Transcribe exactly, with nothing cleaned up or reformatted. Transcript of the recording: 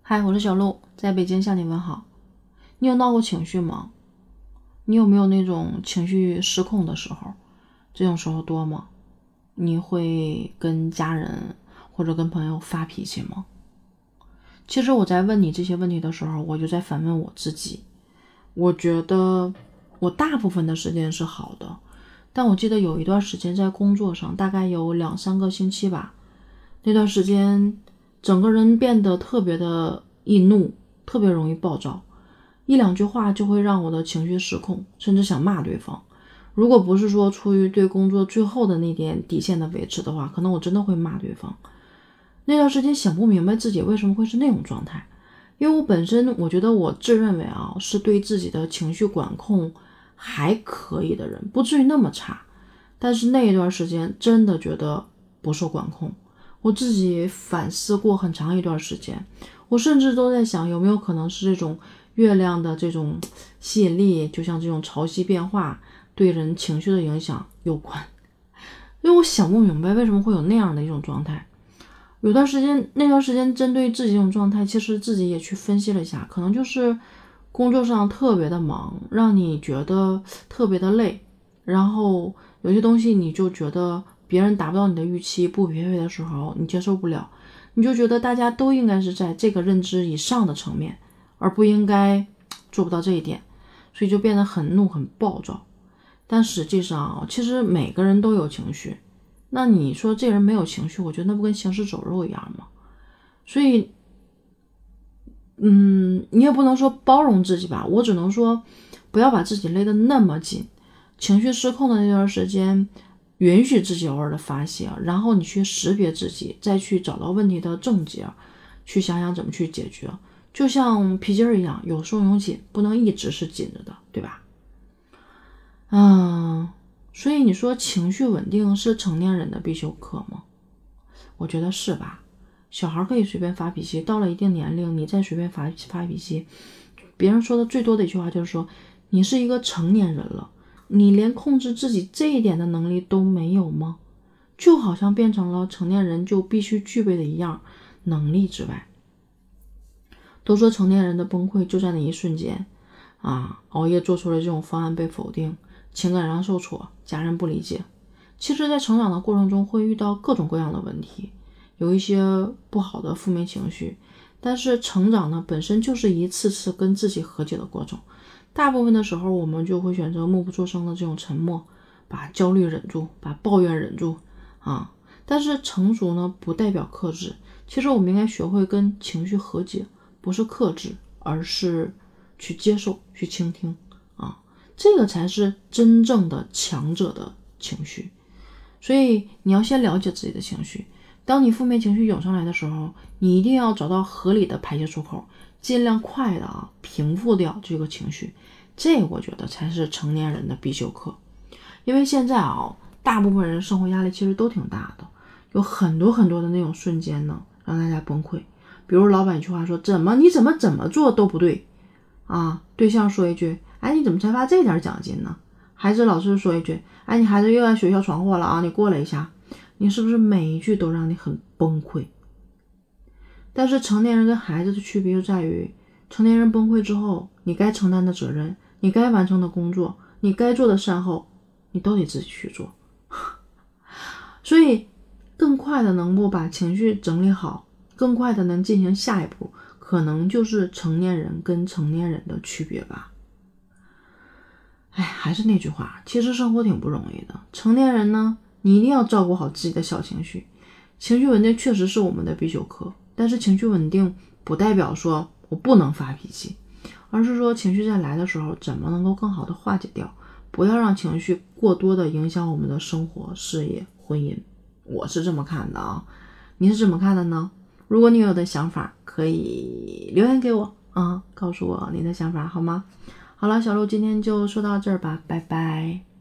嗨，我是小鹿，在北京向你问好。你有闹过情绪吗？你有没有那种情绪失控的时候？这种时候多吗？你会跟家人或者跟朋友发脾气吗？其实我在问你这些问题的时候，我就在反问我自己。我觉得我大部分的时间是好的，但我记得有一段时间在工作上，大概有两三个星期吧，那段时间整个人变得特别的易怒，特别容易暴躁，一两句话就会让我的情绪失控，甚至想骂对方。如果不是说出于对工作最后的那点底线的维持的话，可能我真的会骂对方。那段时间想不明白自己为什么会是那种状态，因为我本身我觉得我自认为啊是对自己的情绪管控还可以的人，不至于那么差。但是那一段时间真的觉得不受管控，我自己反思过很长一段时间，我甚至都在想有没有可能是这种月亮的这种吸引力，就像这种潮汐变化对人情绪的影响有关。因为我想不明白为什么会有那样的一种状态。有段时间那段时间针对自己这种状态，其实自己也去分析了一下，可能就是工作上特别的忙，让你觉得特别的累，然后有些东西你就觉得别人达不到你的预期，不匹配的时候你接受不了，你就觉得大家都应该是在这个认知以上的层面，而不应该做不到这一点，所以就变得很怒很暴躁。但实际上其实每个人都有情绪，那你说这人没有情绪，我觉得那不跟行尸走肉一样吗？所以嗯，你也不能说包容自己吧，我只能说不要把自己勒得那么紧。情绪失控的那段时间，允许自己偶尔的发泄，然后你去识别自己，再去找到问题的症结，去想想怎么去解决。就像皮筋儿一样，有松有紧，不能一直是紧着的，对吧？嗯，所以你说情绪稳定是成年人的必修课吗？我觉得是吧。小孩可以随便发脾气，到了一定年龄你再随便发发脾气，别人说的最多的一句话就是说你是一个成年人了，你连控制自己这一点的能力都没有吗？就好像变成了成年人就必须具备的一样能力之外。都说成年人的崩溃就在那一瞬间啊，熬夜做出了这种方案被否定，情感上受挫，家人不理解。其实在成长的过程中会遇到各种各样的问题，有一些不好的负面情绪，但是成长呢本身就是一次次跟自己和解的过程。大部分的时候我们就会选择默不作声的这种沉默，把焦虑忍住，把抱怨忍住啊。但是成熟呢不代表克制，其实我们应该学会跟情绪和解，不是克制，而是去接受，去倾听啊，这个才是真正的强者的情绪。所以你要先了解自己的情绪，当你负面情绪涌上来的时候，你一定要找到合理的排泄出口，尽量快的啊平复掉这个情绪，这我觉得才是成年人的必修课。因为现在啊，大部分人生活压力其实都挺大的，有很多很多的那种瞬间呢，让大家崩溃。比如老板一句话说，怎么你怎么怎么做都不对啊，对象说一句，哎，你怎么才发这点奖金呢？孩子老师说一句，哎，你孩子又在学校闯祸了啊，你过来一下。你是不是每一句都让你很崩溃？但是成年人跟孩子的区别就在于，成年人崩溃之后，你该承担的责任，你该完成的工作，你该做的善后，你都得自己去做。所以更快的能够把情绪整理好，更快的能进行下一步，可能就是成年人跟成年人的区别吧。哎，还是那句话，其实生活挺不容易的。成年人呢，你一定要照顾好自己的小情绪，情绪稳定确实是我们的必修课。但是情绪稳定不代表说我不能发脾气，而是说情绪在来的时候，怎么能够更好的化解掉，不要让情绪过多的影响我们的生活、事业、婚姻。我是这么看的啊，你是怎么看的呢？如果你有的想法，可以留言给我啊，告诉我你的想法好吗？好了，小鹿今天就说到这儿吧，拜拜。